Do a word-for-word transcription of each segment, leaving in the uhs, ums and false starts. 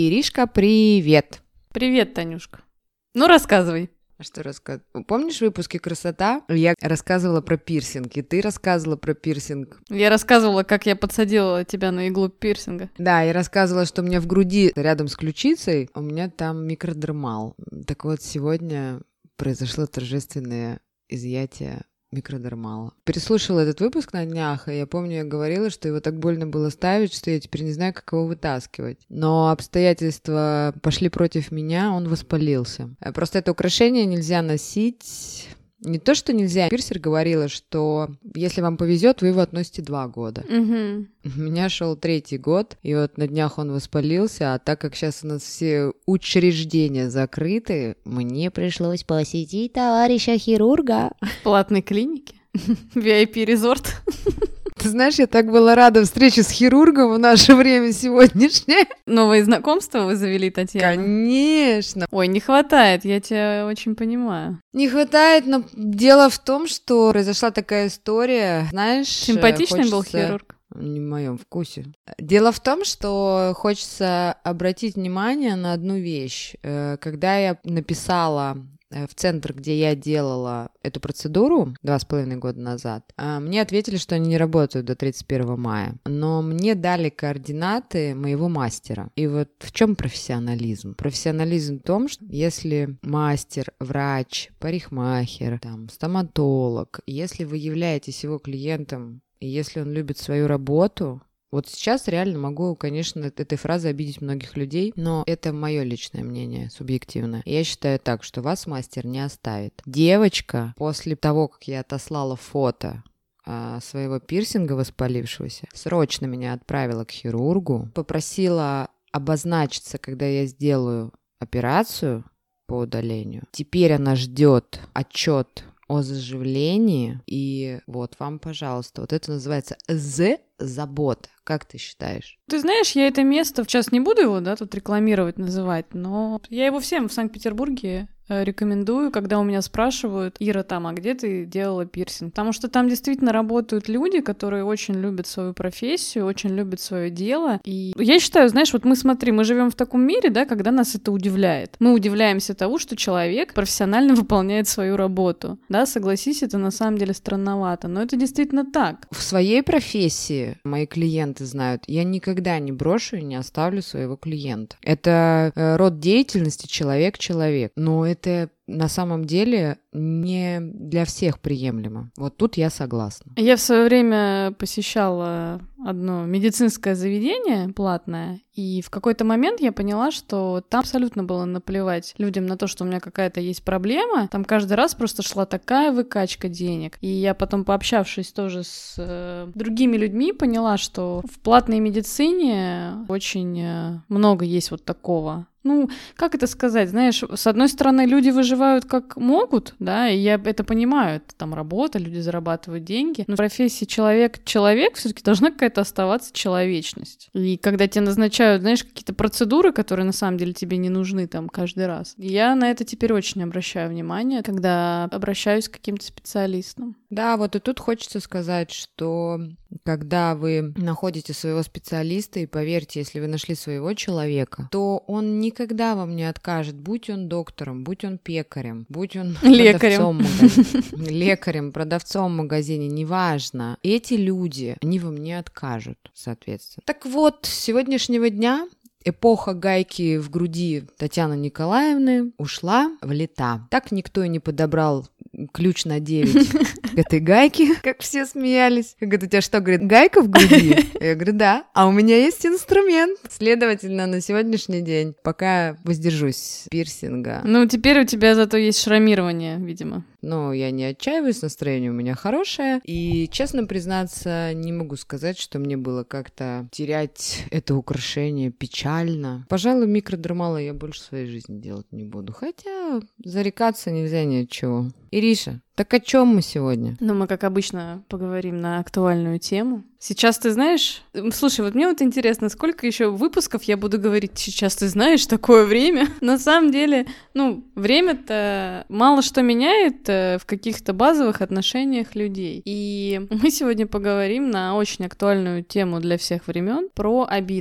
Иришка, привет! Привет, Танюшка. Ну, рассказывай. А что рассказывать? Помнишь выпуски «Красота»? Я рассказывала про пирсинг, и ты рассказывала про пирсинг. Я рассказывала, как я подсадила тебя на иглу пирсинга. Да, я рассказывала, что у меня в груди, рядом с ключицей, у меня там микродермал. Так вот, сегодня произошло торжественное изъятие микродермала. Переслушала этот выпуск на днях, и я помню, я говорила, что его так больно было ставить, что я теперь не знаю, как его вытаскивать. Но обстоятельства пошли против меня, он воспалился. Просто это украшение нельзя носить... Не то, что нельзя. Пирсер говорила, что если вам повезет, вы его относите два года. Угу. У меня шел третий год, и вот на днях он воспалился, а так как сейчас у нас все учреждения закрыты, мне пришлось посетить товарища хирурга. В платной клинике? ви ай пи-резорт? Ты знаешь, я так была рада встрече с хирургом в наше время сегодняшнее. Новые знакомства вы завели, Татьяна? Конечно. Ой, не хватает, я тебя очень понимаю. Не хватает, но дело в том, что произошла такая история, знаешь... Симпатичный хочется... был хирург? Не в моем вкусе. Дело в том, что хочется обратить внимание на одну вещь. Когда я написала в центр, где я делала эту процедуру два с половиной года назад, мне ответили, что они не работают до тридцать первого мая. Но мне дали координаты моего мастера. И вот в чем профессионализм? Профессионализм в том, что если мастер, врач, парикмахер, там, стоматолог, если вы являетесь его клиентом, и если он любит свою работу... Вот сейчас реально могу, конечно, этой фразой обидеть многих людей, но это мое личное мнение, субъективное. Я считаю так, что вас мастер не оставит. Девочка, после того, как я отослала фото а, своего пирсинга воспалившегося, срочно меня отправила к хирургу, попросила обозначиться, когда я сделаю операцию по удалению. Теперь она ждет отчет о заживлении, и вот вам, пожалуйста, вот это называется З-забота. Как ты считаешь? Ты знаешь, я это место, сейчас не буду его, да, тут рекламировать, называть, но я его всем в Санкт-Петербурге рекомендую, когда у меня спрашивают: Ира, там, а где ты делала пирсинг? Потому что там действительно работают люди, которые очень любят свою профессию, очень любят свое дело. И я считаю, знаешь, вот мы, смотри, мы живем в таком мире, да, когда нас это удивляет. Мы удивляемся тому, что человек профессионально выполняет свою работу. Да, согласись, это на самом деле странновато, но это действительно так. В своей профессии мои клиенты знают, я никогда не брошу и не оставлю своего клиента. Это э, род деятельности человек-человек, но это на самом деле не для всех приемлемо. Вот тут я согласна. Я в свое время посещала одно медицинское заведение платное, и в какой-то момент я поняла, что там абсолютно было наплевать людям на то, что у меня какая-то есть проблема. Там каждый раз просто шла такая выкачка денег. И я потом, пообщавшись тоже с э, другими людьми, поняла, что в платной медицине очень э, много есть вот такого. Ну, как это сказать, знаешь, с одной стороны, люди выживают как могут, да, и я это понимаю, это там работа, люди зарабатывают деньги, но в профессии человек-человек все-таки должна какая-то оставаться человечность. И когда тебе назначают, знаешь, какие-то процедуры, которые на самом деле тебе не нужны там каждый раз, я на это теперь очень обращаю внимание, когда обращаюсь к каким-то специалистам. Да, вот и тут хочется сказать, что когда вы находите своего специалиста, и поверьте, если вы нашли своего человека, то он никогда вам не откажет, будь он доктором, будь он пекарем, будь он лекарем. продавцом в магазине, лекарем, продавцом в магазине, неважно. Эти люди, они вам не откажут, соответственно. Так вот, с сегодняшнего дня эпоха гайки в груди Татьяны Николаевны ушла в лета. Так никто и не подобрал ключ на девять к этой гайке, как все смеялись. Я говорю, у тебя что, говорит, гайка в груди? Я говорю, да. А у меня есть инструмент. Следовательно, на сегодняшний день пока воздержусь пирсинга. Ну, теперь у тебя зато есть шрамирование, видимо. Но я не отчаиваюсь, настроение у меня хорошее. И, честно признаться, не могу сказать, что мне было как-то терять это украшение печально. Пожалуй, микродермала я больше в своей жизни делать не буду. Хотя зарекаться нельзя ни от чего. Ириша, так о чем мы сегодня? Ну, мы, как обычно, поговорим на актуальную тему. Сейчас ты знаешь... Слушай, вот мне вот интересно, сколько еще выпусков я буду говорить «сейчас ты знаешь, такое время». На самом деле, ну, время-то мало что меняет в каких-то базовых отношениях людей. И мы сегодня поговорим на очень актуальную тему для всех времен про обиды.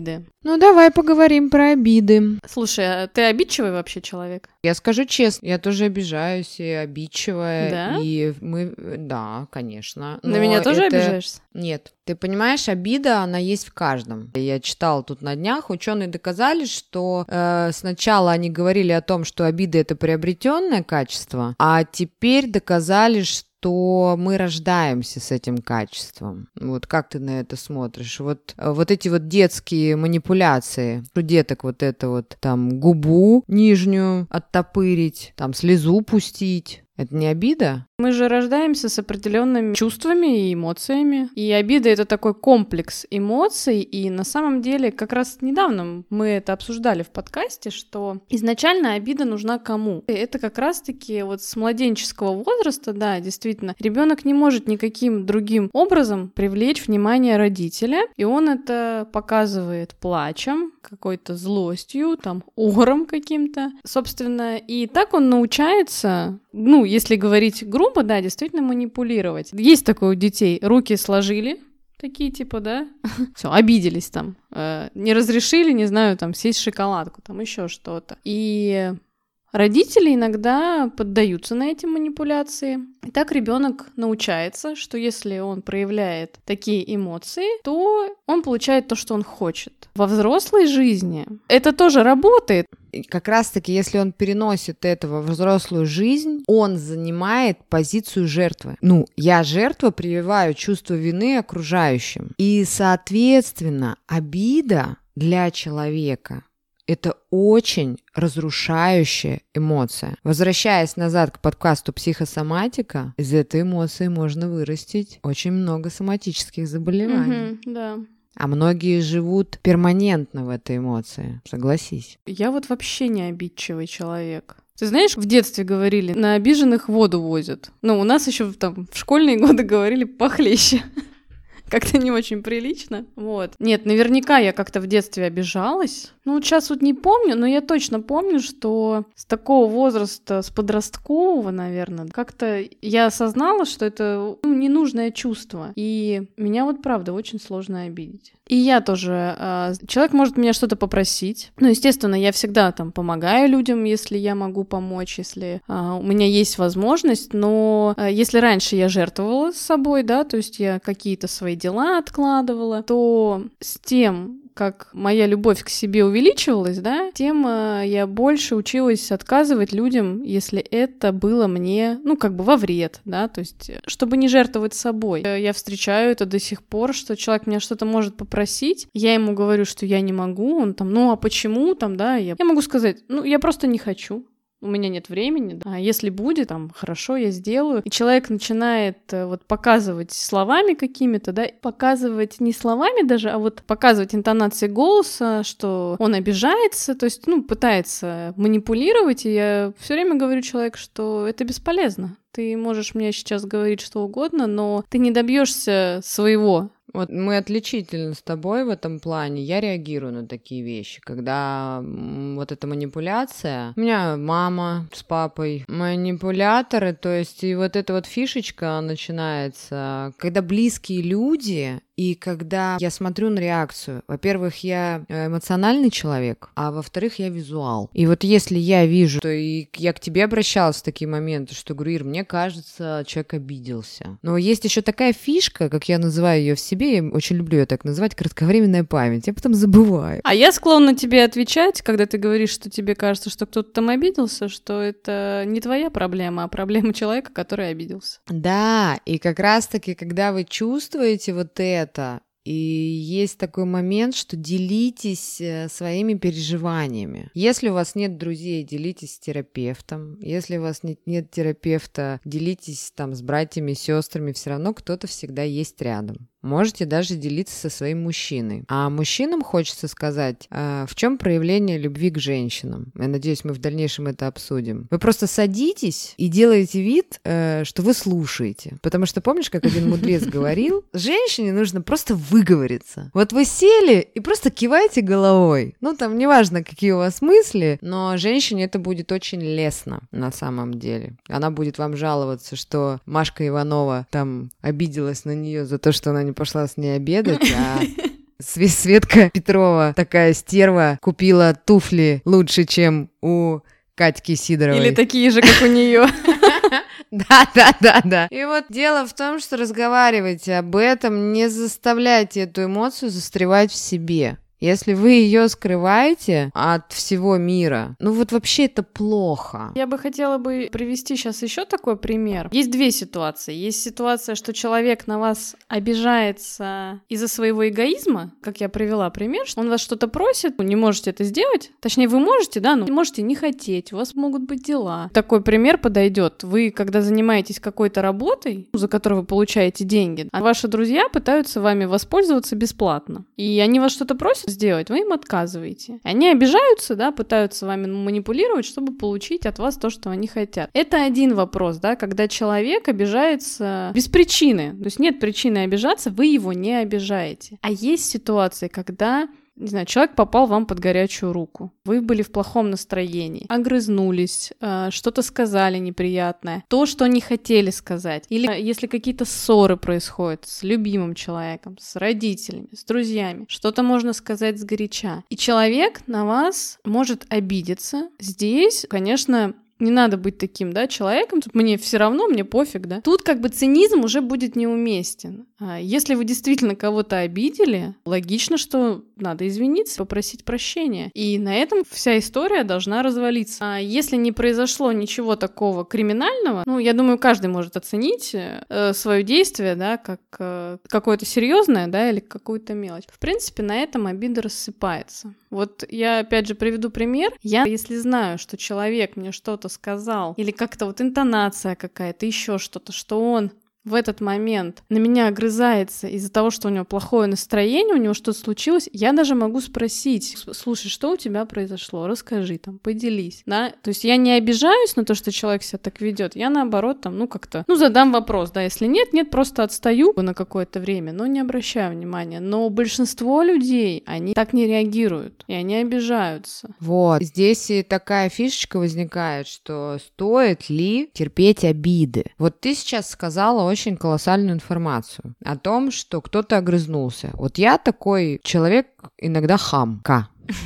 Ну, давай поговорим про обиды. Слушай, а ты обидчивый вообще человек? Я скажу честно, я тоже обижаюсь и обидчивая. Да? И мы... Да, конечно. На меня тоже это... обижаешься? Нет. Ты понимаешь, обида, она есть в каждом. Я читала тут на днях, ученые доказали, что э, сначала они говорили о том, что обида — это приобретенное качество, а теперь доказали, что то мы рождаемся с этим качеством. Вот как ты на это смотришь? Вот, вот эти вот детские манипуляции, у деток вот это вот там губу нижнюю оттопырить, там слезу пустить. Это не обида? Мы же рождаемся с определенными чувствами и эмоциями. И обида — это такой комплекс эмоций. И на самом деле, как раз недавно мы это обсуждали в подкасте, что изначально обида нужна кому? И это как раз-таки вот с младенческого возраста, да, действительно, ребенок не может никаким другим образом привлечь внимание родителя. И он это показывает плачем, какой-то злостью, там, ором каким-то. Собственно, и так он научается, ну, если говорить грубо, да, действительно манипулировать. Есть такое у детей. Руки сложили, такие типа, да, все, обиделись там, э, не разрешили, не знаю, там, съесть шоколадку, там, еще что-то. И родители иногда поддаются на эти манипуляции. И так ребенок научается, что если он проявляет такие эмоции, то он получает то, что он хочет. Во взрослой жизни это тоже работает. Как раз-таки, если он переносит это во взрослую жизнь, он занимает позицию жертвы. Ну, я жертва, прививаю чувство вины окружающим. И, соответственно, обида для человека — это очень разрушающая эмоция. Возвращаясь назад к подкасту «Психосоматика», из этой эмоции можно вырастить очень много соматических заболеваний. Угу, да. А многие живут перманентно в этой эмоции, согласись. Я вот вообще не обидчивый человек. Ты знаешь, в детстве говорили, на обиженных воду возят. Ну, у нас еще там в школьные годы говорили похлеще. Как-то не очень прилично. Вот. Нет, наверняка я как-то в детстве обижалась. Ну, вот сейчас вот не помню, но я точно помню, что с такого возраста, с подросткового, наверное, как-то я осознала, что это ну, ненужное чувство. И меня вот правда очень сложно обидеть. И я тоже... Э, человек может меня что-то попросить. Ну, естественно, я всегда там помогаю людям, если я могу помочь, если э, у меня есть возможность. Но э, если раньше я жертвовала собой, да, то есть я какие-то свои дела откладывала, то с тем, как моя любовь к себе увеличивалась, да, тем э, я больше училась отказывать людям, если это было мне, ну, как бы во вред, да, то есть, чтобы не жертвовать собой. Я встречаю это до сих пор, что человек меня что-то может попросить, я ему говорю, что я не могу, он там, ну, а почему, там, да, я, я могу сказать, ну, я просто не хочу. У меня нет времени, да. А если будет, там, хорошо, я сделаю. И человек начинает вот показывать словами какими-то, да, показывать не словами даже, а вот показывать интонации голоса, что он обижается, то есть, ну, пытается манипулировать, и я все время говорю человеку, что это бесполезно. Ты можешь мне сейчас говорить что угодно, но ты не добьешься своего. Вот мы отличительны с тобой в этом плане. Я реагирую на такие вещи, когда вот эта манипуляция. У меня мама с папой манипуляторы, то есть и вот эта вот фишечка начинается, когда близкие люди. И когда я смотрю на реакцию, во-первых, я эмоциональный человек, а во-вторых, я визуал. И вот если я вижу, то и я к тебе обращалась в такие моменты, что говорю, Ир, мне кажется, человек обиделся. Но есть еще такая фишка, как я называю ее в себе, я очень люблю ее так называть, кратковременная память. Я потом забываю. А я склонна тебе отвечать, когда ты говоришь, что тебе кажется, что кто-то там обиделся, что это не твоя проблема, а проблема человека, который обиделся. Да, и как раз-таки, когда вы чувствуете вот это, и есть такой момент, что делитесь своими переживаниями. Если у вас нет друзей, делитесь с терапевтом. Если у вас нет, нет терапевта, делитесь там с братьями, сестрами. Все равно кто-то всегда есть рядом. Можете даже делиться со своим мужчиной. А мужчинам хочется сказать, э, в чем проявление любви к женщинам. Я надеюсь, мы в дальнейшем это обсудим. Вы просто садитесь и делаете вид, э, что вы слушаете. Потому что помнишь, как один мудрец говорил, женщине нужно просто выговориться. Вот вы сели и просто киваете головой. Ну, там, неважно, какие у вас мысли, но женщине это будет очень лестно на самом деле. Она будет вам жаловаться, что Машка Иванова там обиделась на нее за то, что она не пошла с ней обедать, а Светка Петрова, такая стерва, купила туфли лучше, чем у Катьки Сидоровой. Или такие же, как у нее. Да, да, да, да. И вот дело в том, что разговаривайте об этом, не заставляйте эту эмоцию застревать в себе. Если вы ее скрываете от всего мира, ну вот вообще это плохо. Я бы хотела бы привести сейчас еще такой пример. Есть две ситуации. Есть ситуация, что человек на вас обижается из-за своего эгоизма, как я привела пример, что он вас что-то просит, вы не можете это сделать. Точнее, вы можете, да, но можете не хотеть, у вас могут быть дела. Такой пример подойдет. Вы, когда занимаетесь какой-то работой, за которую вы получаете деньги, а ваши друзья пытаются вами воспользоваться бесплатно. И они вас что-то просят сделать, вы им отказываете. Они обижаются, да, пытаются вами манипулировать, чтобы получить от вас то, что они хотят. Это один вопрос, да, когда человек обижается без причины. То есть нет причины обижаться, вы его не обижаете. А есть ситуации, когда, не знаю, человек попал вам под горячую руку. Вы были в плохом настроении, огрызнулись, что-то сказали неприятное, то, что не хотели сказать. Или если какие-то ссоры происходят с любимым человеком, с родителями, с друзьями, что-то можно сказать сгоряча. И человек на вас может обидеться. Здесь, конечно, не надо быть таким, да, человеком, тут мне все равно, мне пофиг, да. Тут как бы цинизм уже будет неуместен. Если вы действительно кого-то обидели, логично, что надо извиниться, попросить прощения. И на этом вся история должна развалиться. А если не произошло ничего такого криминального, ну, я думаю, каждый может оценить э, свое действие, да, как э, какое-то серьезное, да, или какую-то мелочь. В принципе, на этом обида рассыпается. Вот я опять же приведу пример. Я, если знаю, что человек мне что-то сказал, или как-то вот интонация какая-то, еще что-то, что он в этот момент на меня огрызается из-за того, что у него плохое настроение, у него что-то случилось, я даже могу спросить: слушай, что у тебя произошло? Расскажи, там, поделись, да? То есть я не обижаюсь на то, что человек себя так ведет, я наоборот там, ну как-то, ну задам вопрос, да, если нет, нет, просто отстаю на какое-то время, но не обращаю внимания. Но большинство людей, они так не реагируют, и они обижаются. Вот, здесь и такая фишечка возникает, что стоит ли терпеть обиды? Вот ты сейчас сказала очень колоссальную информацию о том, что кто-то огрызнулся. Вот я такой человек, иногда хамка.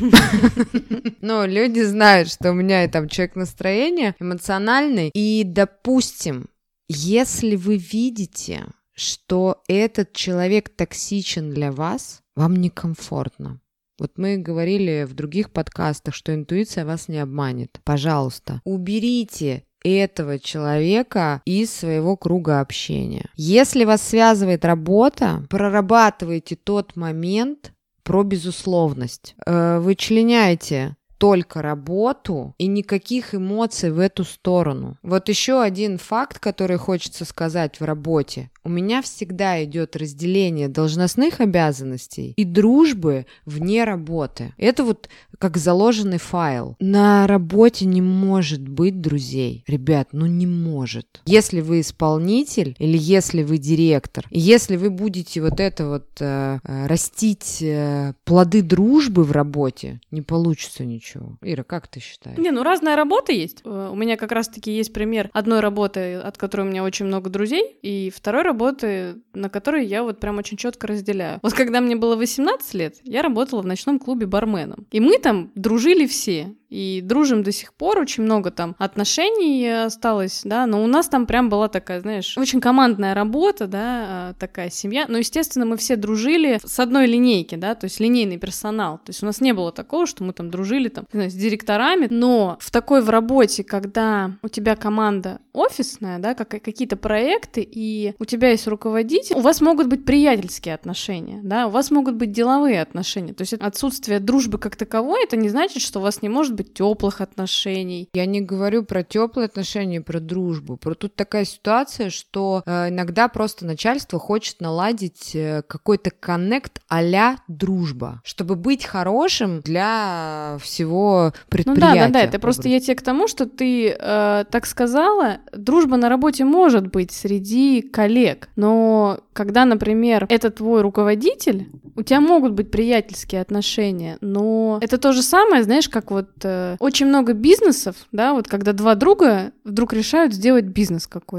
Но люди знают, что у меня там человек настроения эмоциональный. И, допустим, если вы видите, что этот человек токсичен для вас, вам некомфортно. Вот мы говорили в других подкастах, что интуиция вас не обманет. Пожалуйста, уберите этого человека из своего круга общения. Если вас связывает работа, прорабатывайте тот момент про безусловность. Вычленяйте только работу и никаких эмоций в эту сторону. Вот еще один факт, который хочется сказать в работе. У меня всегда идет разделение должностных обязанностей и дружбы вне работы. Это вот как заложенный файл. На работе не может быть друзей. Ребят, ну не может. Если вы исполнитель или если вы директор, и если вы будете вот это вот э, растить э, плоды дружбы в работе, не получится ничего. Ира, как ты считаешь? Не, ну разная работа есть. У меня как раз-таки есть пример одной работы, от которой у меня очень много друзей, и второй работы, работы, на которые я вот прям очень четко разделяю. Вот когда мне было восемнадцать лет, я работала в ночном клубе барменом. И мы там дружили все. И дружим до сих пор, очень много там отношений осталось, да, но у нас там прям была такая, знаешь, очень командная работа, да, такая семья, но, естественно, мы все дружили с одной линейки, да, то есть линейный персонал, то есть у нас не было такого, что мы там дружили там, не знаю, с директорами, но в такой в работе, когда у тебя команда офисная, да, как, какие-то проекты, и у тебя есть руководитель, у вас могут быть приятельские отношения, да, у вас могут быть деловые отношения, то есть отсутствие дружбы как таковой, это не значит, что у вас не может быть теплых отношений. Я не говорю про теплые отношения, про дружбу. Про тут такая ситуация, что э, иногда просто начальство хочет наладить э, какой-то коннект а-ля дружба, чтобы быть хорошим для всего предприятия. Ну да, да, да, это просто я тебе к тому, что ты э, так сказала, дружба на работе может быть среди коллег, но когда, например, это твой руководитель, у тебя могут быть приятельские отношения, но это то же самое, знаешь, как вот э, очень много бизнесов, да, вот когда два друга вдруг решают сделать бизнес какой-то.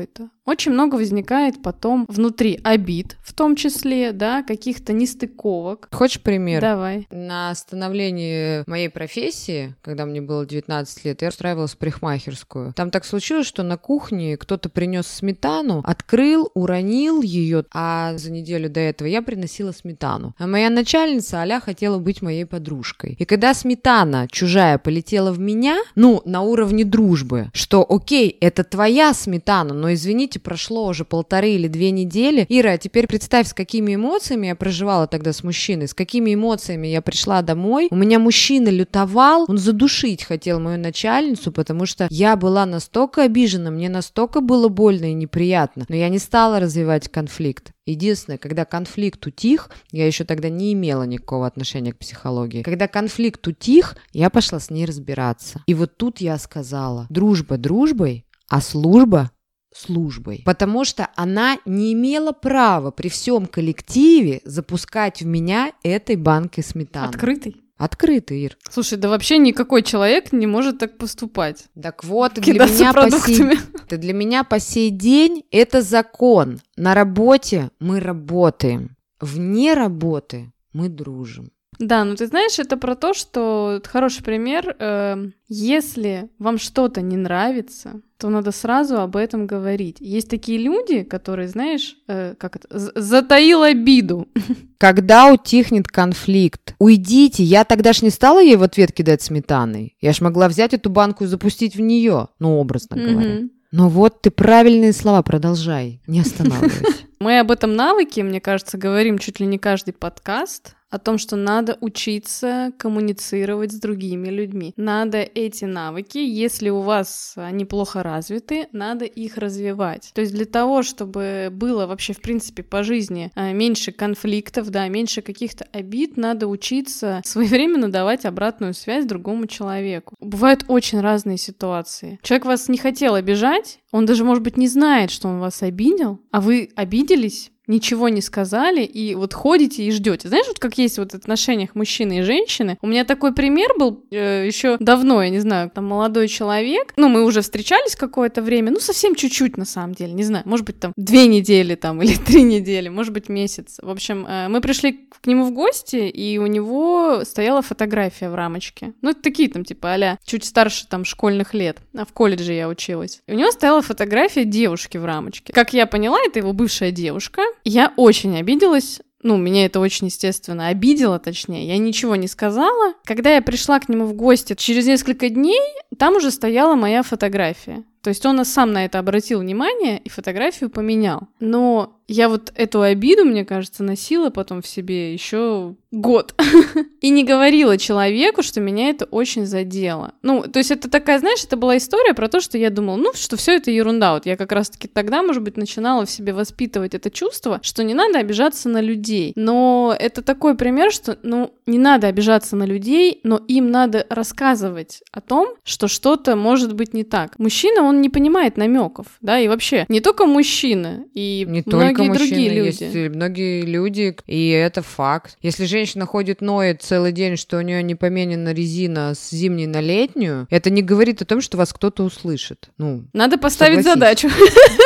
очень много возникает потом внутри обид, в том числе, да, каких-то нестыковок. Хочешь пример? Давай. На становлении моей профессии, когда мне было девятнадцать лет, я устраивалась в парикмахерскую. Там так случилось, что на кухне кто-то принес сметану, открыл, уронил ее, а за неделю до этого я приносила сметану. А моя начальница а-ля хотела быть моей подружкой. И когда сметана чужая полетела в меня, ну, на уровне дружбы, что окей, это твоя сметана, но извините, прошло уже полторы или две недели. Ира, а теперь представь, с какими эмоциями я проживала тогда с мужчиной, с какими эмоциями я пришла домой. У меня мужчина лютовал, он задушить хотел мою начальницу, потому что я была настолько обижена, мне настолько было больно и неприятно, но я не стала развивать конфликт. Единственное, когда конфликт утих, я еще тогда не имела никакого отношения к психологии. Когда конфликт утих, я пошла с ней разбираться. И вот тут я сказала, дружба дружбой, а служба службой. Потому что она не имела права при всем коллективе запускать в меня этой банкой сметаны. Открытый? Открытый, Ир. Слушай, да вообще никакой человек не может так поступать. Так вот, для меня, по сей... для меня по сей день это закон. На работе мы работаем, вне работы мы дружим. Да, ну ты знаешь, это про то, что это хороший пример. Э, если вам что-то не нравится, то надо сразу об этом говорить. Есть такие люди, которые, знаешь, э, как это, затаил обиду. Когда утихнет конфликт, уйдите. Я тогда ж не стала ей в ответ кидать сметаной. Я ж могла взять эту банку и запустить в нее, ну, образно говоря. Mm-hmm. Но вот ты правильные слова, продолжай, не останавливайся. Мы об этом навыке, мне кажется, говорим чуть ли не каждый подкаст, о том, что надо учиться коммуницировать с другими людьми. Надо эти навыки, если у вас они плохо развиты, надо их развивать. То есть для того, чтобы было вообще, в принципе, по жизни меньше конфликтов, да, меньше каких-то обид, надо учиться своевременно давать обратную связь другому человеку. Бывают очень разные ситуации. Человек вас не хотел обижать, он даже, может быть, не знает, что он вас обидел, а вы обиделись, ничего не сказали, и вот ходите и ждете. Знаешь, вот как есть вот в отношениях мужчины и женщины. У меня такой пример был э, еще давно, я не знаю, там молодой человек, ну, мы уже встречались какое-то время, ну, совсем чуть-чуть на самом деле, не знаю, может быть, там две недели там или три недели, может быть, месяц. В общем, э, мы пришли к нему в гости, и у него стояла фотография в рамочке. Ну, это такие там, типа, а-ля чуть старше там школьных лет, а в колледже я училась. И у него стояла фотография девушки в рамочке. Как я поняла, это его бывшая девушка. Я очень обиделась, ну, меня это очень, естественно, обидело, точнее, я ничего не сказала. Когда я пришла к нему в гости через несколько дней, там уже стояла моя фотография. То есть он сам на это обратил внимание и фотографию поменял. Но я вот эту обиду, мне кажется, носила потом в себе еще год. И не говорила человеку, что меня это очень задело. Ну, то есть это такая, знаешь, это была история про то, что я думала, ну, что все это ерунда. Вот я как раз-таки тогда, может быть, начинала в себе воспитывать это чувство, что не надо обижаться на людей. Но это такой пример, что, ну, не надо обижаться на людей, но им надо рассказывать о том, что что-то может быть не так. Мужчина, он не понимает намеков, да, и вообще не только мужчины, и не многие только мужчины, другие люди. Есть многие люди, и это факт. Если женщина ходит, ноет целый день, что у нее не поменена резина с зимней на летнюю, это не говорит о том, что вас кто-то услышит. Ну, надо поставить согласись. Задачу.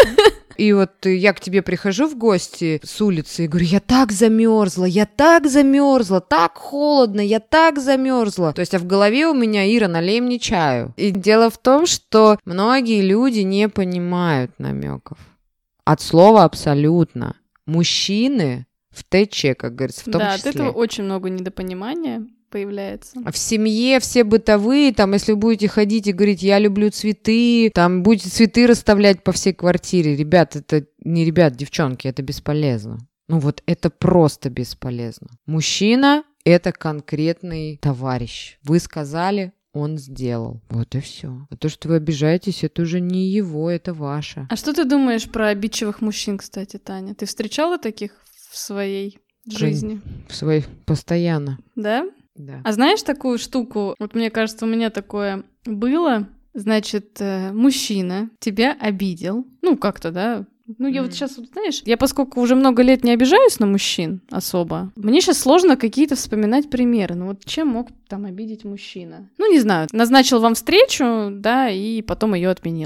И вот я к тебе прихожу в гости с улицы и говорю, я так замерзла, я так замерзла, так холодно, я так замерзла. То есть, а в голове у меня, Ира, налей мне чаю. И дело в том, что многие люди не понимают намеков. От слова абсолютно. Мужчины в ТЧ, как говорится, в том да, числе. Да, от этого очень много недопонимания появляется. В семье все бытовые, там, если вы будете ходить и говорить, я люблю цветы, там, будете цветы расставлять по всей квартире. Ребят, это не ребят, девчонки, это бесполезно. Ну вот это просто бесполезно. Мужчина — это конкретный товарищ. Вы сказали, он сделал. Вот и все. А то, что вы обижаетесь, это уже не его, это ваше. А что ты думаешь про обидчивых мужчин, кстати, Таня? Ты встречала таких в своей жизни? В своей... Постоянно. Да? Да. А знаешь такую штуку? Вот мне кажется, у меня такое было. Значит, мужчина тебя обидел. Ну, как-то, да? Ну, я mm. вот сейчас, вот, знаешь, я поскольку уже много лет не обижаюсь на мужчин особо, мне сейчас сложно какие-то вспоминать примеры. Ну, вот чем мог там обидеть мужчина? Ну, не знаю, назначил вам встречу, да, и потом ее отменил.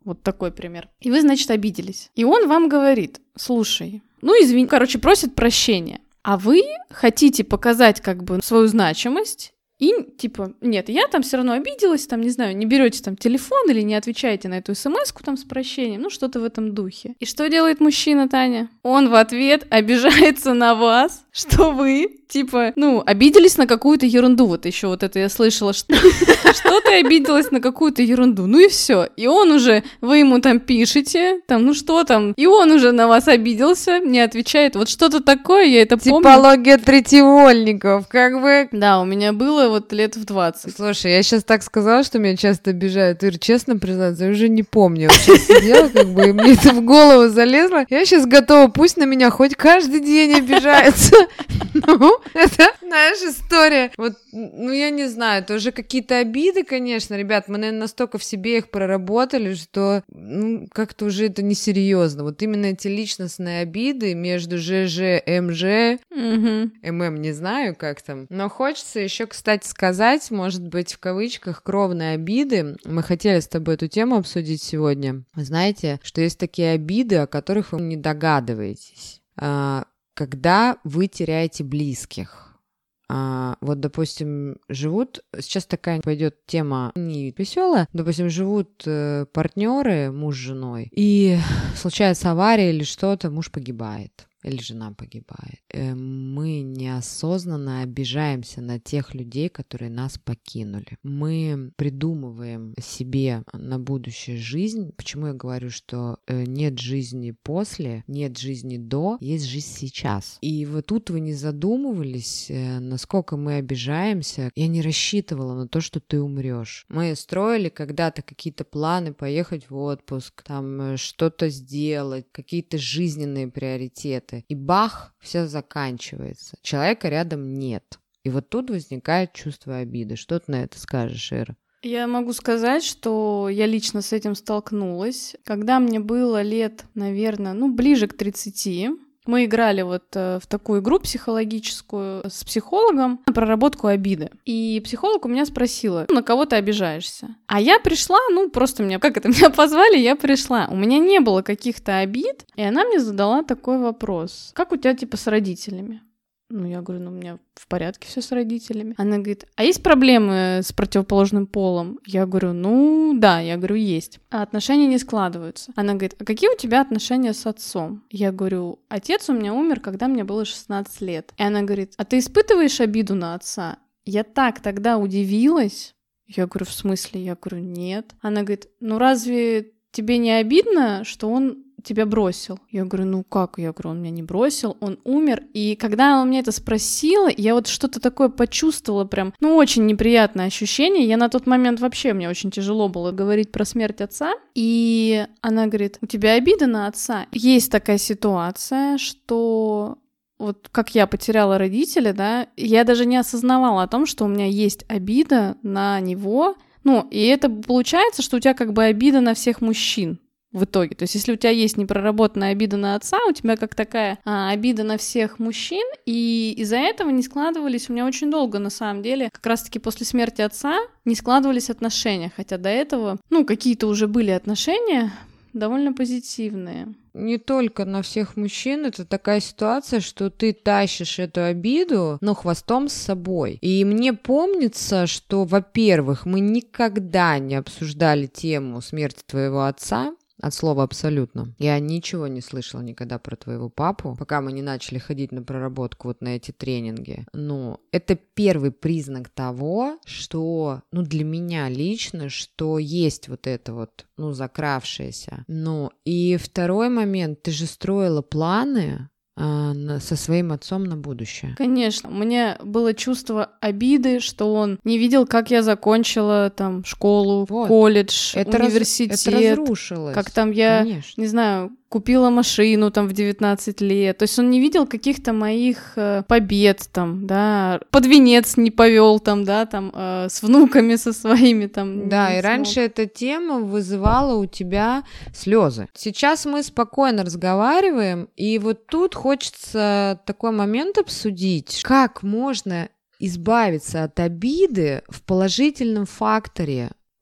Вот такой пример. И вы, значит, обиделись. И он вам говорит: слушай, ну извини, короче, просит прощения. А вы хотите показать как бы свою значимость, и типа, нет, я там все равно обиделась, там, не знаю, не берете там телефон или не отвечаете на эту смс-ку там с прощением, ну, что-то в этом духе. И что делает мужчина, Таня? Он в ответ обижается на вас, что вы, типа, ну, обиделись на какую-то ерунду. Вот еще вот это я слышала, что, что ты обиделась на какую-то ерунду. Ну и все. И он уже, вы ему там пишете, там, ну что там, и он уже на вас обиделся, не отвечает. Вот что-то такое, я это помню. Типология третьевольников, как бы. Да, у меня было вот лет в двадцать. Слушай, я сейчас так сказала, что меня часто обижают. Ир, честно признаться, я уже не помню. Я сейчас сидела, как бы, и мне это в голову залезло. Я сейчас готова, пусть на меня хоть каждый день обижаются. Ну, это, знаешь, история. Вот, ну, я не знаю, это уже какие-то обиды, конечно, ребят. Мы, наверное, настолько в себе их проработали, что, ну, как-то уже это несерьезно. Вот именно эти личностные обиды между ЖЖ, МЖ, Угу. ММ, не знаю, как там. Но хочется еще, кстати, сказать, может быть, в кавычках, кровные обиды. Мы хотели с тобой эту тему обсудить сегодня. Вы знаете, что есть такие обиды, о которых вы не догадываетесь. Когда вы теряете близких. А, вот, допустим, живут, сейчас такая пойдет тема не веселая, допустим, живут э, партнеры, муж с женой, и случается авария или что-то, муж погибает. Или жена погибает. Мы неосознанно обижаемся на тех людей, которые нас покинули. Мы придумываем себе на будущее жизнь. Почему я говорю, что нет жизни после, нет жизни до, есть жизнь сейчас. И вот тут вы не задумывались, насколько мы обижаемся. Я не рассчитывала на то, что ты умрешь. Мы строили когда-то какие-то планы поехать в отпуск, там что-то сделать, какие-то жизненные приоритеты. И бах, все заканчивается. Человека рядом нет. И вот тут возникает чувство обиды. Что ты на это скажешь, Ира? Я могу сказать, что я лично с этим столкнулась. Когда мне было лет, наверное, ну, ближе к тридцати, мы играли вот э, в такую игру психологическую с психологом на проработку обиды. И психолог у меня спросила: на кого ты обижаешься? А я пришла, ну просто меня, как это, меня позвали, я пришла. У меня не было каких-то обид, и она мне задала такой вопрос: как у тебя типа с родителями? Ну, я говорю, ну, у меня в порядке все с родителями. Она говорит: а есть проблемы с противоположным полом? Я говорю, ну, да, я говорю, есть. А отношения не складываются. Она говорит: а какие у тебя отношения с отцом? Я говорю, отец у меня умер, когда мне было шестнадцать лет. И она говорит: а ты испытываешь обиду на отца? Я так тогда удивилась. Я говорю, в смысле? Я говорю, нет. Она говорит: ну, разве тебе не обидно, что он тебя бросил? Я говорю, ну как? Я говорю, он меня не бросил, он умер. И когда она мне это спросила, я вот что-то такое почувствовала прям, ну, очень неприятное ощущение. Я на тот момент вообще, мне очень тяжело было говорить про смерть отца. И она говорит: у тебя обида на отца? Есть такая ситуация, что вот как я потеряла родителя, да, я даже не осознавала о том, что у меня есть обида на него. Ну, и это получается, что у тебя как бы обида на всех мужчин в итоге. То есть если у тебя есть непроработанная обида на отца, у тебя как такая а, обида на всех мужчин, и из-за этого не складывались у меня очень долго, на самом деле, как раз-таки после смерти отца не складывались отношения, хотя до этого, ну, какие-то уже были отношения довольно позитивные. Не только на всех мужчин, это такая ситуация, что ты тащишь эту обиду, но хвостом с собой. И мне помнится, что, во-первых, мы никогда не обсуждали тему смерти твоего отца, от слова абсолютно. Я ничего не слышала никогда про твоего папу, пока мы не начали ходить на проработку вот на эти тренинги. Но это первый признак того, что, ну, для меня лично, что есть вот это вот, ну, закравшееся. Ну, и второй момент, ты же строила планы со своим отцом на будущее. Конечно, у меня было чувство обиды, что он не видел, как я закончила там школу, вот. колледж, это университет. Раз, это разрушилось. Как там я, Конечно. не знаю, купила машину там в девятнадцать лет. То есть он не видел каких-то моих э, побед там, да, под венец не повел там, да, там э, с внуками со своими там. Да, и раньше эта тема вызывала у тебя слезы. Сейчас мы спокойно разговариваем, и вот тут хочется такой момент обсудить, как можно избавиться от обиды в положительном факторе.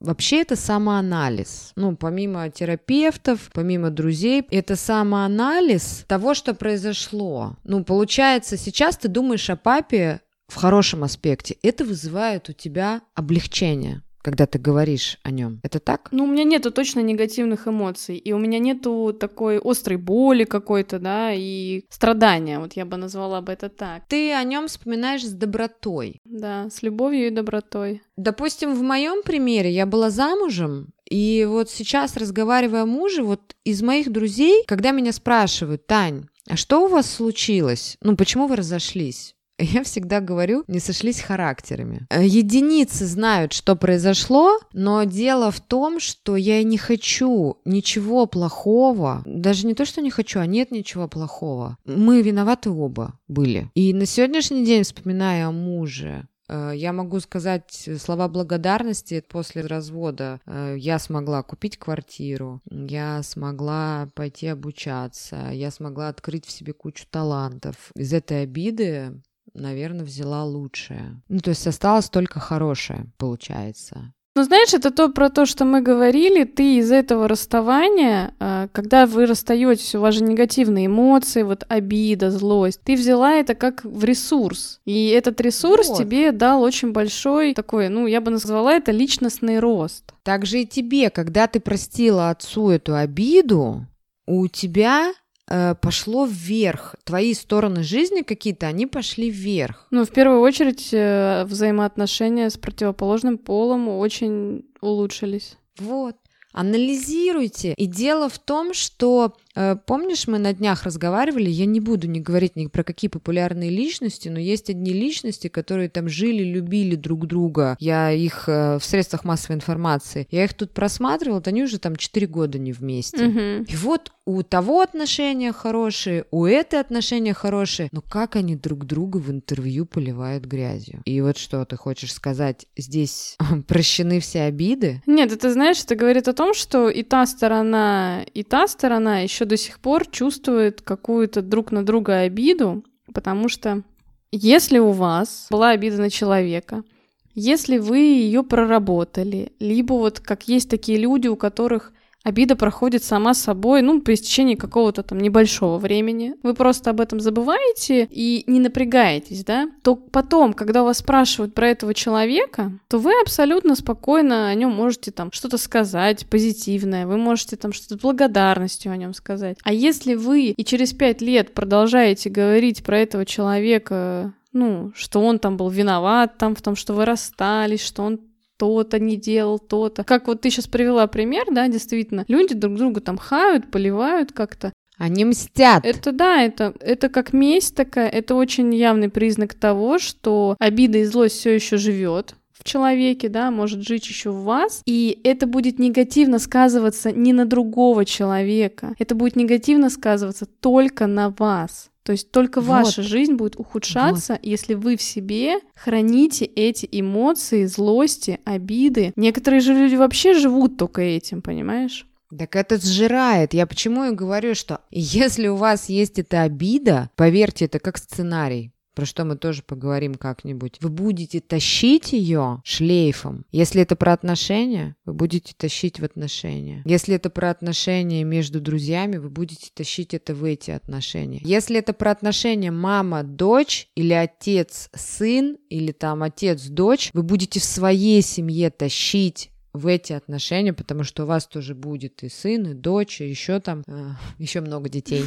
Вообще это самоанализ. Ну, помимо терапевтов, помимо друзей, это самоанализ того, что произошло. Ну, получается, сейчас ты думаешь о папе в хорошем аспекте. Это вызывает у тебя облегчение, когда ты говоришь о нем. Это так? Ну, у меня нету точно негативных эмоций, и у меня нету такой острой боли какой-то, да, и страдания, вот я бы назвала бы это так. Ты о нем вспоминаешь с добротой. Да, с любовью и добротой. Допустим, в моем примере я была замужем, и вот сейчас, разговаривая о муже, вот из моих друзей, когда меня спрашивают: Тань, а что у вас случилось? Ну, почему вы разошлись? Я всегда говорю, не сошлись характерами. Единицы знают, что произошло, но дело в том, что я не хочу ничего плохого. Даже не то, что не хочу, а нет ничего плохого. Мы виноваты оба были. И на сегодняшний день, вспоминая о муже, я могу сказать слова благодарности. После развода я смогла купить квартиру, я смогла пойти обучаться, я смогла открыть в себе кучу талантов. Из этой обиды, наверное, взяла лучшее. Ну, то есть осталось только хорошее, получается. Ну, знаешь, это то про то, что мы говорили. Ты из этого расставания, когда вы расстаетесь, у вас же негативные эмоции, вот обида, злость, ты взяла это как в ресурс. И этот ресурс вот тебе дал очень большой такой, ну, я бы назвала это личностный рост. Так же и тебе, когда ты простила отцу эту обиду, у тебя пошло вверх. Твои стороны жизни какие-то, они пошли вверх. Ну, в первую очередь, взаимоотношения с противоположным полом очень улучшились. Вот. Анализируйте. И дело в том, что, э, помнишь, мы на днях разговаривали, я не буду не говорить ни про какие популярные личности, но есть одни личности, которые там жили, любили друг друга. Я их э, в средствах массовой информации, я их тут просматривала, вот они уже там четыре года не вместе. Угу. И вот у того отношения хорошие, у этой отношения хорошие, но как они друг друга в интервью поливают грязью. И вот что ты хочешь сказать, здесь прощены все обиды? Нет, это, знаешь, это говорит о том, что и та сторона, и та сторона еще до сих пор чувствует какую-то друг на друга обиду, потому что если у вас была обида на человека, если вы ее проработали, либо вот как есть такие люди, у которых обида проходит сама собой, ну, по истечении какого-то там небольшого времени. Вы просто об этом забываете и не напрягаетесь, да? То потом, когда вас спрашивают про этого человека, то вы абсолютно спокойно о нем можете там что-то сказать позитивное, вы можете там что-то с благодарностью о нем сказать. А если вы и через пять лет продолжаете говорить про этого человека, ну, что он там был виноват там в том, что вы расстались, что он то-то не делал, то-то. Как вот ты сейчас привела пример, да, действительно, люди друг друга там хают, поливают как-то. Они мстят. Это да, это, это как месть такая, это очень явный признак того, что обида и злость все еще живет в человеке, да, может жить еще в вас, и это будет негативно сказываться не на другого человека, это будет негативно сказываться только на вас. То есть только вот ваша жизнь будет ухудшаться, вот, если вы в себе храните эти эмоции, злости, обиды. Некоторые же люди вообще живут только этим, понимаешь? Так это сжирает. Я почему и говорю, что если у вас есть эта обида, поверьте, это как сценарий, про что мы тоже поговорим как-нибудь. Вы будете тащить ее шлейфом. Если это про отношения, вы будете тащить в отношения. Если это про отношения между друзьями, вы будете тащить это в эти отношения. Если это про отношения мама-дочь или отец-сын, или там отец-дочь, вы будете в своей семье тащить в эти отношения, потому что у вас тоже будет и сын, и дочь, и еще там, э, еще много детей.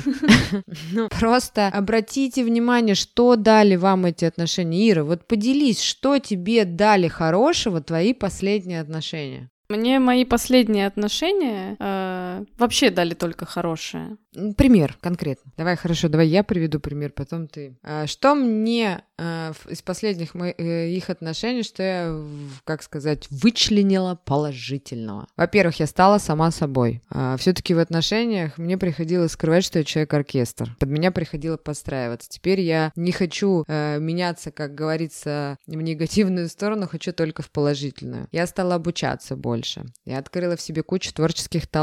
Просто обратите внимание, что дали вам эти отношения. Ира, вот поделись, что тебе дали хорошего твои последние отношения? Мне мои последние отношения э, вообще дали только хорошее. Пример конкретно. Давай, хорошо, давай я приведу пример, потом ты. А, что мне а, из последних моих их отношений, что я, как сказать, вычленила положительного? Во-первых, я стала сама собой. А, все-таки в отношениях мне приходилось скрывать, что я человек-оркестр. Под меня приходило подстраиваться. Теперь я не хочу а, меняться, как говорится, в негативную сторону, хочу только в положительную. Я стала обучаться больше. Я открыла в себе кучу творческих талантов.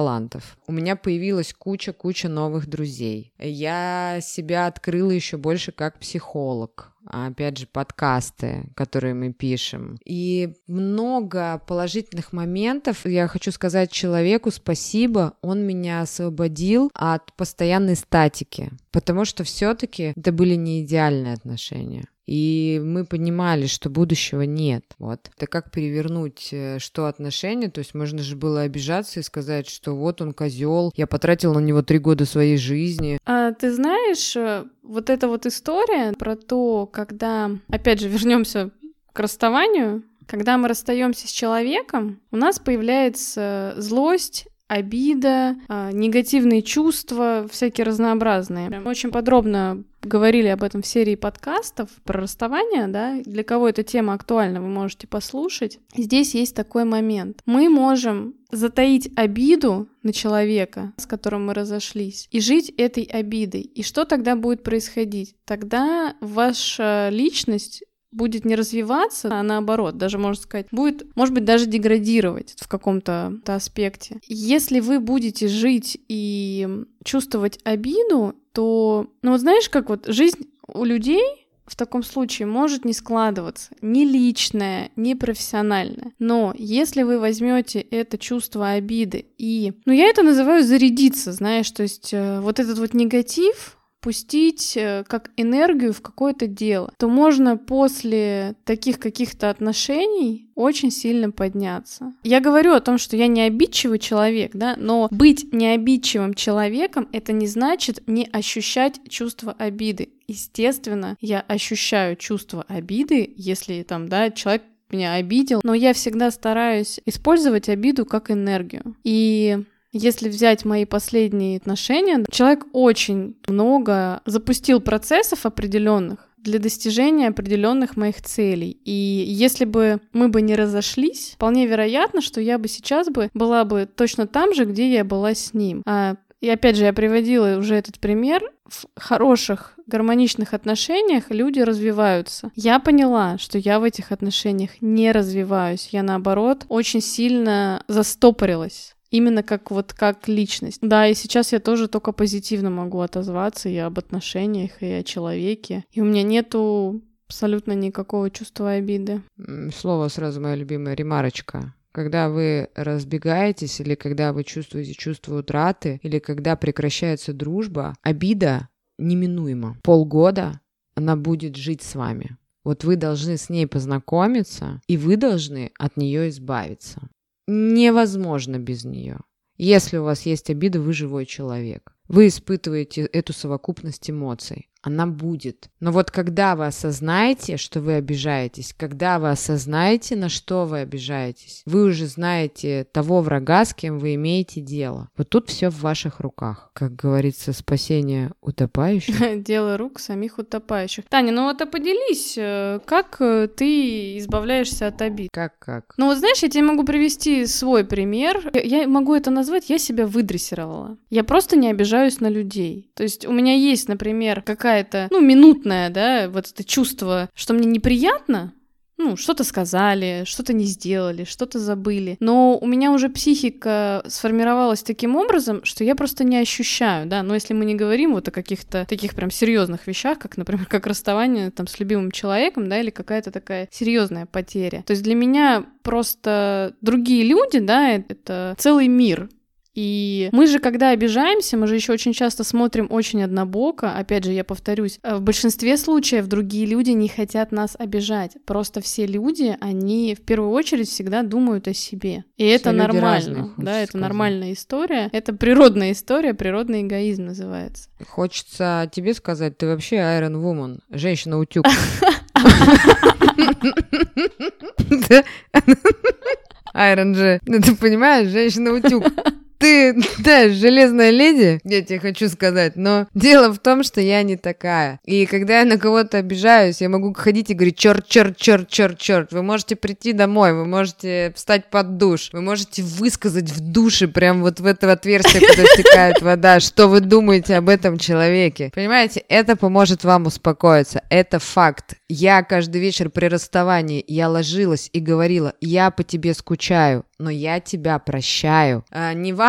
миллионов. У меня появилась куча-куча новых друзей. Я себя открыла еще больше как психолог. Опять же, подкасты, которые мы пишем. И много положительных моментов. Я хочу сказать человеку спасибо, он меня освободил от постоянной статики, потому что все-таки это были не идеальные отношения. И мы понимали, что будущего нет. Вот. Это как перевернуть что отношения, то есть можно же было обижаться и сказать, что вот он козел, я потратил на него три года своей жизни. А ты знаешь, вот эта вот история про то, когда, опять же, вернемся к расставанию, когда мы расстаемся с человеком, у нас появляется злость, обида, негативные чувства, всякие разнообразные. Мы очень подробно говорили об этом в серии подкастов про расставание, да, для кого эта тема актуальна, вы можете послушать. Здесь есть такой момент. Мы можем затаить обиду на человека, с которым мы разошлись, и жить этой обидой. И что тогда будет происходить? Тогда ваша личность будет не развиваться, а наоборот, даже, можно сказать, будет, может быть, даже деградировать в каком-то аспекте. Если вы будете жить и чувствовать обиду, то, ну вот знаешь, как вот жизнь у людей в таком случае может не складываться, ни личная, ни профессиональная. Но если вы возьмете это чувство обиды и, ну я это называю зарядиться, знаешь, то есть э, вот этот вот негатив пустить как энергию в какое-то дело, то можно после таких каких-то отношений очень сильно подняться. Я говорю о том, что я не обидчивый человек, да, но быть необидчивым человеком — это не значит не ощущать чувство обиды. Естественно, я ощущаю чувство обиды, если там, да, человек меня обидел, но я всегда стараюсь использовать обиду как энергию. И если взять мои последние отношения, человек очень много запустил процессов определенных для достижения определенных моих целей. И если бы мы бы не разошлись, вполне вероятно, что я бы сейчас бы была бы точно там же, где я была с ним. И опять же, я приводила уже этот пример. В хороших, гармоничных отношениях люди развиваются. Я поняла, что я в этих отношениях не развиваюсь. Я, наоборот, очень сильно застопорилась. Именно как вот как личность. Да, и сейчас я тоже только позитивно могу отозваться и об отношениях, и о человеке. И у меня нету абсолютно никакого чувства обиды. Слово сразу моя любимая ремарочка. Когда вы разбегаетесь, или когда вы чувствуете чувство утраты, или когда прекращается дружба, обида неминуема. Полгода она будет жить с вами. Вот вы должны с ней познакомиться, и вы должны от нее избавиться. Невозможно без нее. Если у вас есть обида, вы живой человек. Вы испытываете эту совокупность эмоций. Она будет. Но вот когда вы осознаете, что вы обижаетесь, когда вы осознаете, на что вы обижаетесь, вы уже знаете того врага, с кем вы имеете дело. Вот тут все в ваших руках. Как говорится, спасение утопающих. Дело рук самих утопающих. Таня, ну вот а поделись, как ты избавляешься от обид? Как-как? Ну вот знаешь, я тебе могу привести свой пример. Я могу это назвать, я себя выдрессировала. Я просто не обижаюсь на людей. То есть у меня есть, например, какая какая-то, ну, минутное, да, вот это чувство, что мне неприятно, ну, что-то сказали, что-то не сделали, что-то забыли, но у меня уже психика сформировалась таким образом, что я просто не ощущаю, да, но если мы не говорим вот о каких-то таких прям серьезных вещах, как, например, как расставание там с любимым человеком, да, или какая-то такая серьезная потеря. То есть для меня просто другие люди, да, это целый мир. И мы же, когда обижаемся, мы же еще очень часто смотрим очень однобоко. Опять же, я повторюсь, в большинстве случаев другие люди не хотят нас обижать. Просто все люди, они в первую очередь всегда думают о себе. И все это нормально. Разные, да, это сказать. Нормальная история. Это природная история, природный эгоизм называется. Хочется тебе сказать, ты вообще Iron Woman, женщина-утюг. Iron же, ты понимаешь, женщина-утюг. Ты, да, железная леди, я тебе хочу сказать, но дело в том, что я не такая. И когда я на кого-то обижаюсь, я могу ходить и говорить: черт, черт, черт, черт, черт. Вы можете прийти домой, вы можете встать под душ, вы можете высказать в душе, прям вот в это отверстие, куда стекает вода, что вы думаете об этом человеке. Понимаете, это поможет вам успокоиться, это факт. Я каждый вечер при расставании, я ложилась и говорила: я по тебе скучаю, но я тебя прощаю. А, неважно,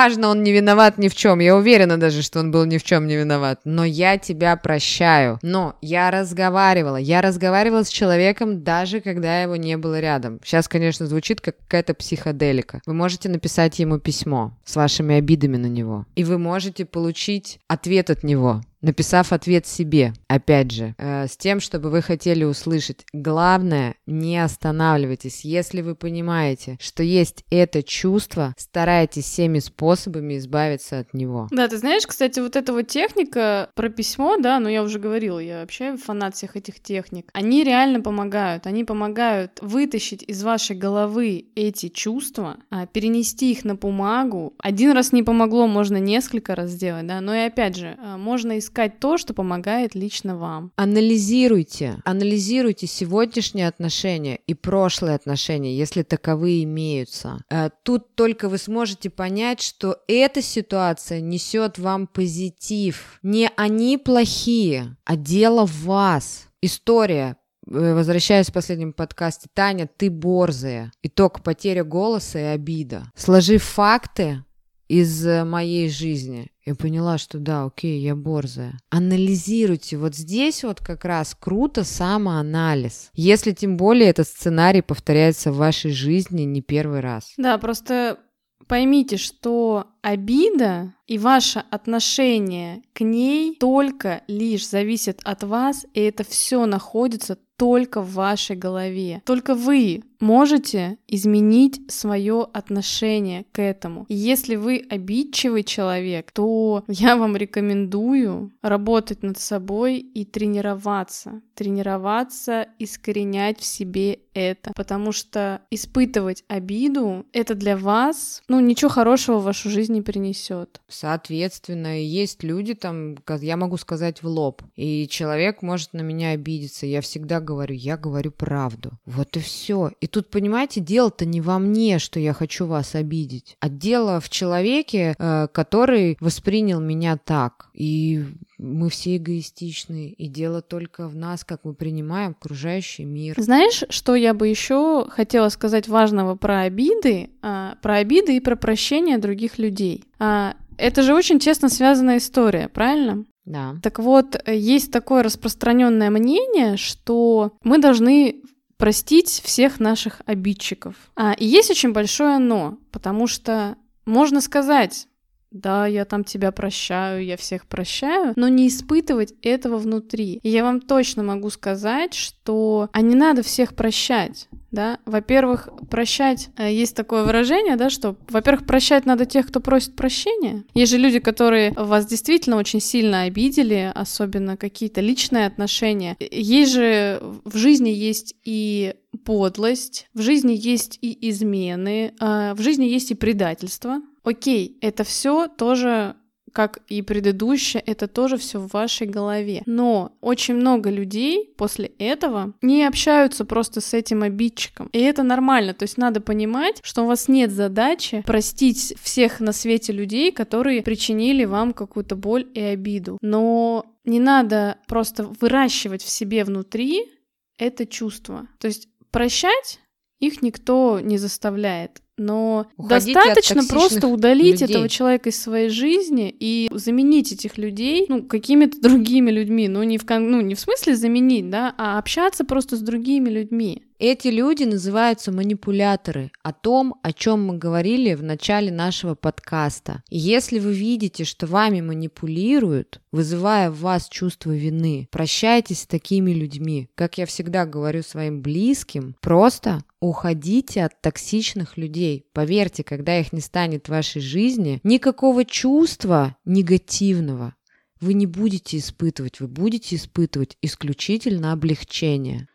Неважно, он не виноват ни в чем. Я уверена даже, что он был ни в чем не виноват. Но я тебя прощаю. Но я разговаривала. Я разговаривала с человеком, даже когда его не было рядом. Сейчас, конечно, звучит как какая-то психоделика. Вы можете написать ему письмо с вашими обидами на него. И вы можете получить ответ от него, написав ответ себе, опять же, э, с тем, чтобы вы хотели услышать. Главное, не останавливайтесь. Если вы понимаете, что есть это чувство, старайтесь всеми способами избавиться от него. Да, ты знаешь, кстати, вот эта вот техника про письмо, да, ну я уже говорила, я вообще фанат всех этих техник. Они реально помогают. Они помогают вытащить из вашей головы эти чувства, перенести их на бумагу. Один раз не помогло, можно несколько раз сделать, да, но и опять же, можно искать искать то, что помогает лично вам. Анализируйте, анализируйте сегодняшние отношения и прошлые отношения, если таковые имеются. Тут только вы сможете понять, что эта ситуация несет вам позитив. Не они плохие, а дело в вас. История. Возвращаясь к последнему подкасте, Таня, ты борзая. Итог: потеря голоса и обида. Сложив факты из моей жизни, я поняла, что да, окей, я борзая. Анализируйте. Вот здесь вот как раз круто самоанализ. Если тем более этот сценарий повторяется в вашей жизни не первый раз. Да, просто поймите, что обида и ваше отношение к ней только лишь зависит от вас, и это все находится только в вашей голове. Только вы можете изменить свое отношение к этому. И если вы обидчивый человек, то я вам рекомендую работать над собой и тренироваться. Тренироваться, искоренять в себе это. Потому что испытывать обиду — это для вас, ну, ничего хорошего в вашу жизнь не принесет. Соответственно, есть люди там, я могу сказать в лоб, и человек может на меня обидеться. Я всегда говорю, я говорю правду. Вот и все. И тут, понимаете, дело-то не во мне, что я хочу вас обидеть, а дело в человеке, э, который воспринял меня так. И мы все эгоистичны, и дело только в нас, как мы принимаем окружающий мир. Знаешь, что я бы еще хотела сказать важного про обиды, а, про обиды и про прощение других людей? А, это же очень тесно связанная история, правильно? Да. Так вот, есть такое распространенное мнение, что мы должны простить всех наших обидчиков. А, и есть очень большое «но», потому что можно сказать: да, я там тебя прощаю, я всех прощаю, но не испытывать этого внутри. И я вам точно могу сказать, что а не надо всех прощать, да. Во-первых, прощать, есть такое выражение, да, что, во-первых, прощать надо тех, кто просит прощения. Есть же люди, которые вас действительно очень сильно обидели, особенно какие-то личные отношения. Есть же, в жизни есть и подлость, в жизни есть и измены, в жизни есть и предательство. Окей, это все тоже, как и предыдущее, это тоже все в вашей голове. Но очень много людей после этого не общаются просто с этим обидчиком. И это нормально. То есть надо понимать, что у вас нет задачи простить всех на свете людей, которые причинили вам какую-то боль и обиду. Но не надо просто выращивать в себе внутри это чувство. То есть прощать их никто не заставляет. Но уходите достаточно просто удалить людей. Этого человека из своей жизни и заменить этих людей, ну, какими-то другими людьми. Ну, не в, ну, не в смысле заменить, да, а общаться просто с другими людьми. Эти люди называются манипуляторы, о том, о чем мы говорили в начале нашего подкаста. И если вы видите, что вами манипулируют, вызывая в вас чувство вины, прощайтесь с такими людьми. Как я всегда говорю своим близким, просто уходите от токсичных людей. Поверьте, когда их не станет в вашей жизни, никакого чувства негативного вы не будете испытывать. Вы будете испытывать исключительно облегчение.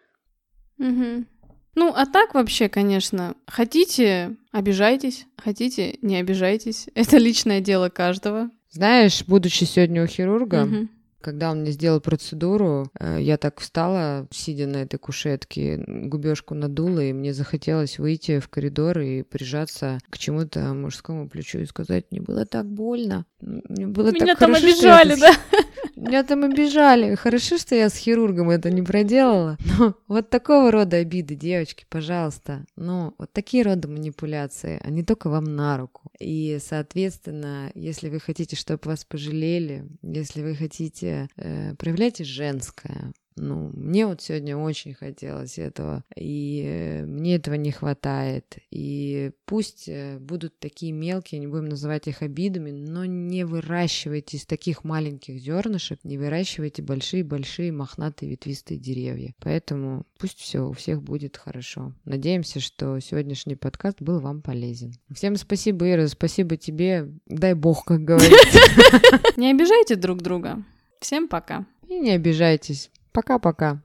Угу. Ну, а так вообще, конечно, хотите — обижайтесь, хотите — не обижайтесь. Это личное дело каждого. Знаешь, будучи сегодня у хирурга, угу. Когда он мне сделал процедуру, я так встала, сидя на этой кушетке, губёшку надула, и мне захотелось выйти в коридор и прижаться к чему-то мужскому плечу и сказать: мне было так больно, мне было Меня так там хорошо, обижали, что да? Меня там обижали. Хорошо, что я с хирургом это не проделала. Но вот такого рода обиды, девочки, пожалуйста. Ну, вот такие рода манипуляции, они только вам на руку. И, соответственно, если вы хотите, чтобы вас пожалели, если вы хотите, э, проявляйте женское. Ну, мне вот сегодня очень хотелось этого, и э, мне этого не хватает. И пусть э, будут такие мелкие, не будем называть их обидами, но не выращивайте из таких маленьких зернышек, не выращивайте большие-большие мохнатые ветвистые деревья. Поэтому пусть все у всех будет хорошо. Надеемся, что сегодняшний подкаст был вам полезен. Всем спасибо, Ира, спасибо тебе. Дай бог, как говорится. Не обижайте друг друга. Всем пока. И не обижайтесь. Пока-пока.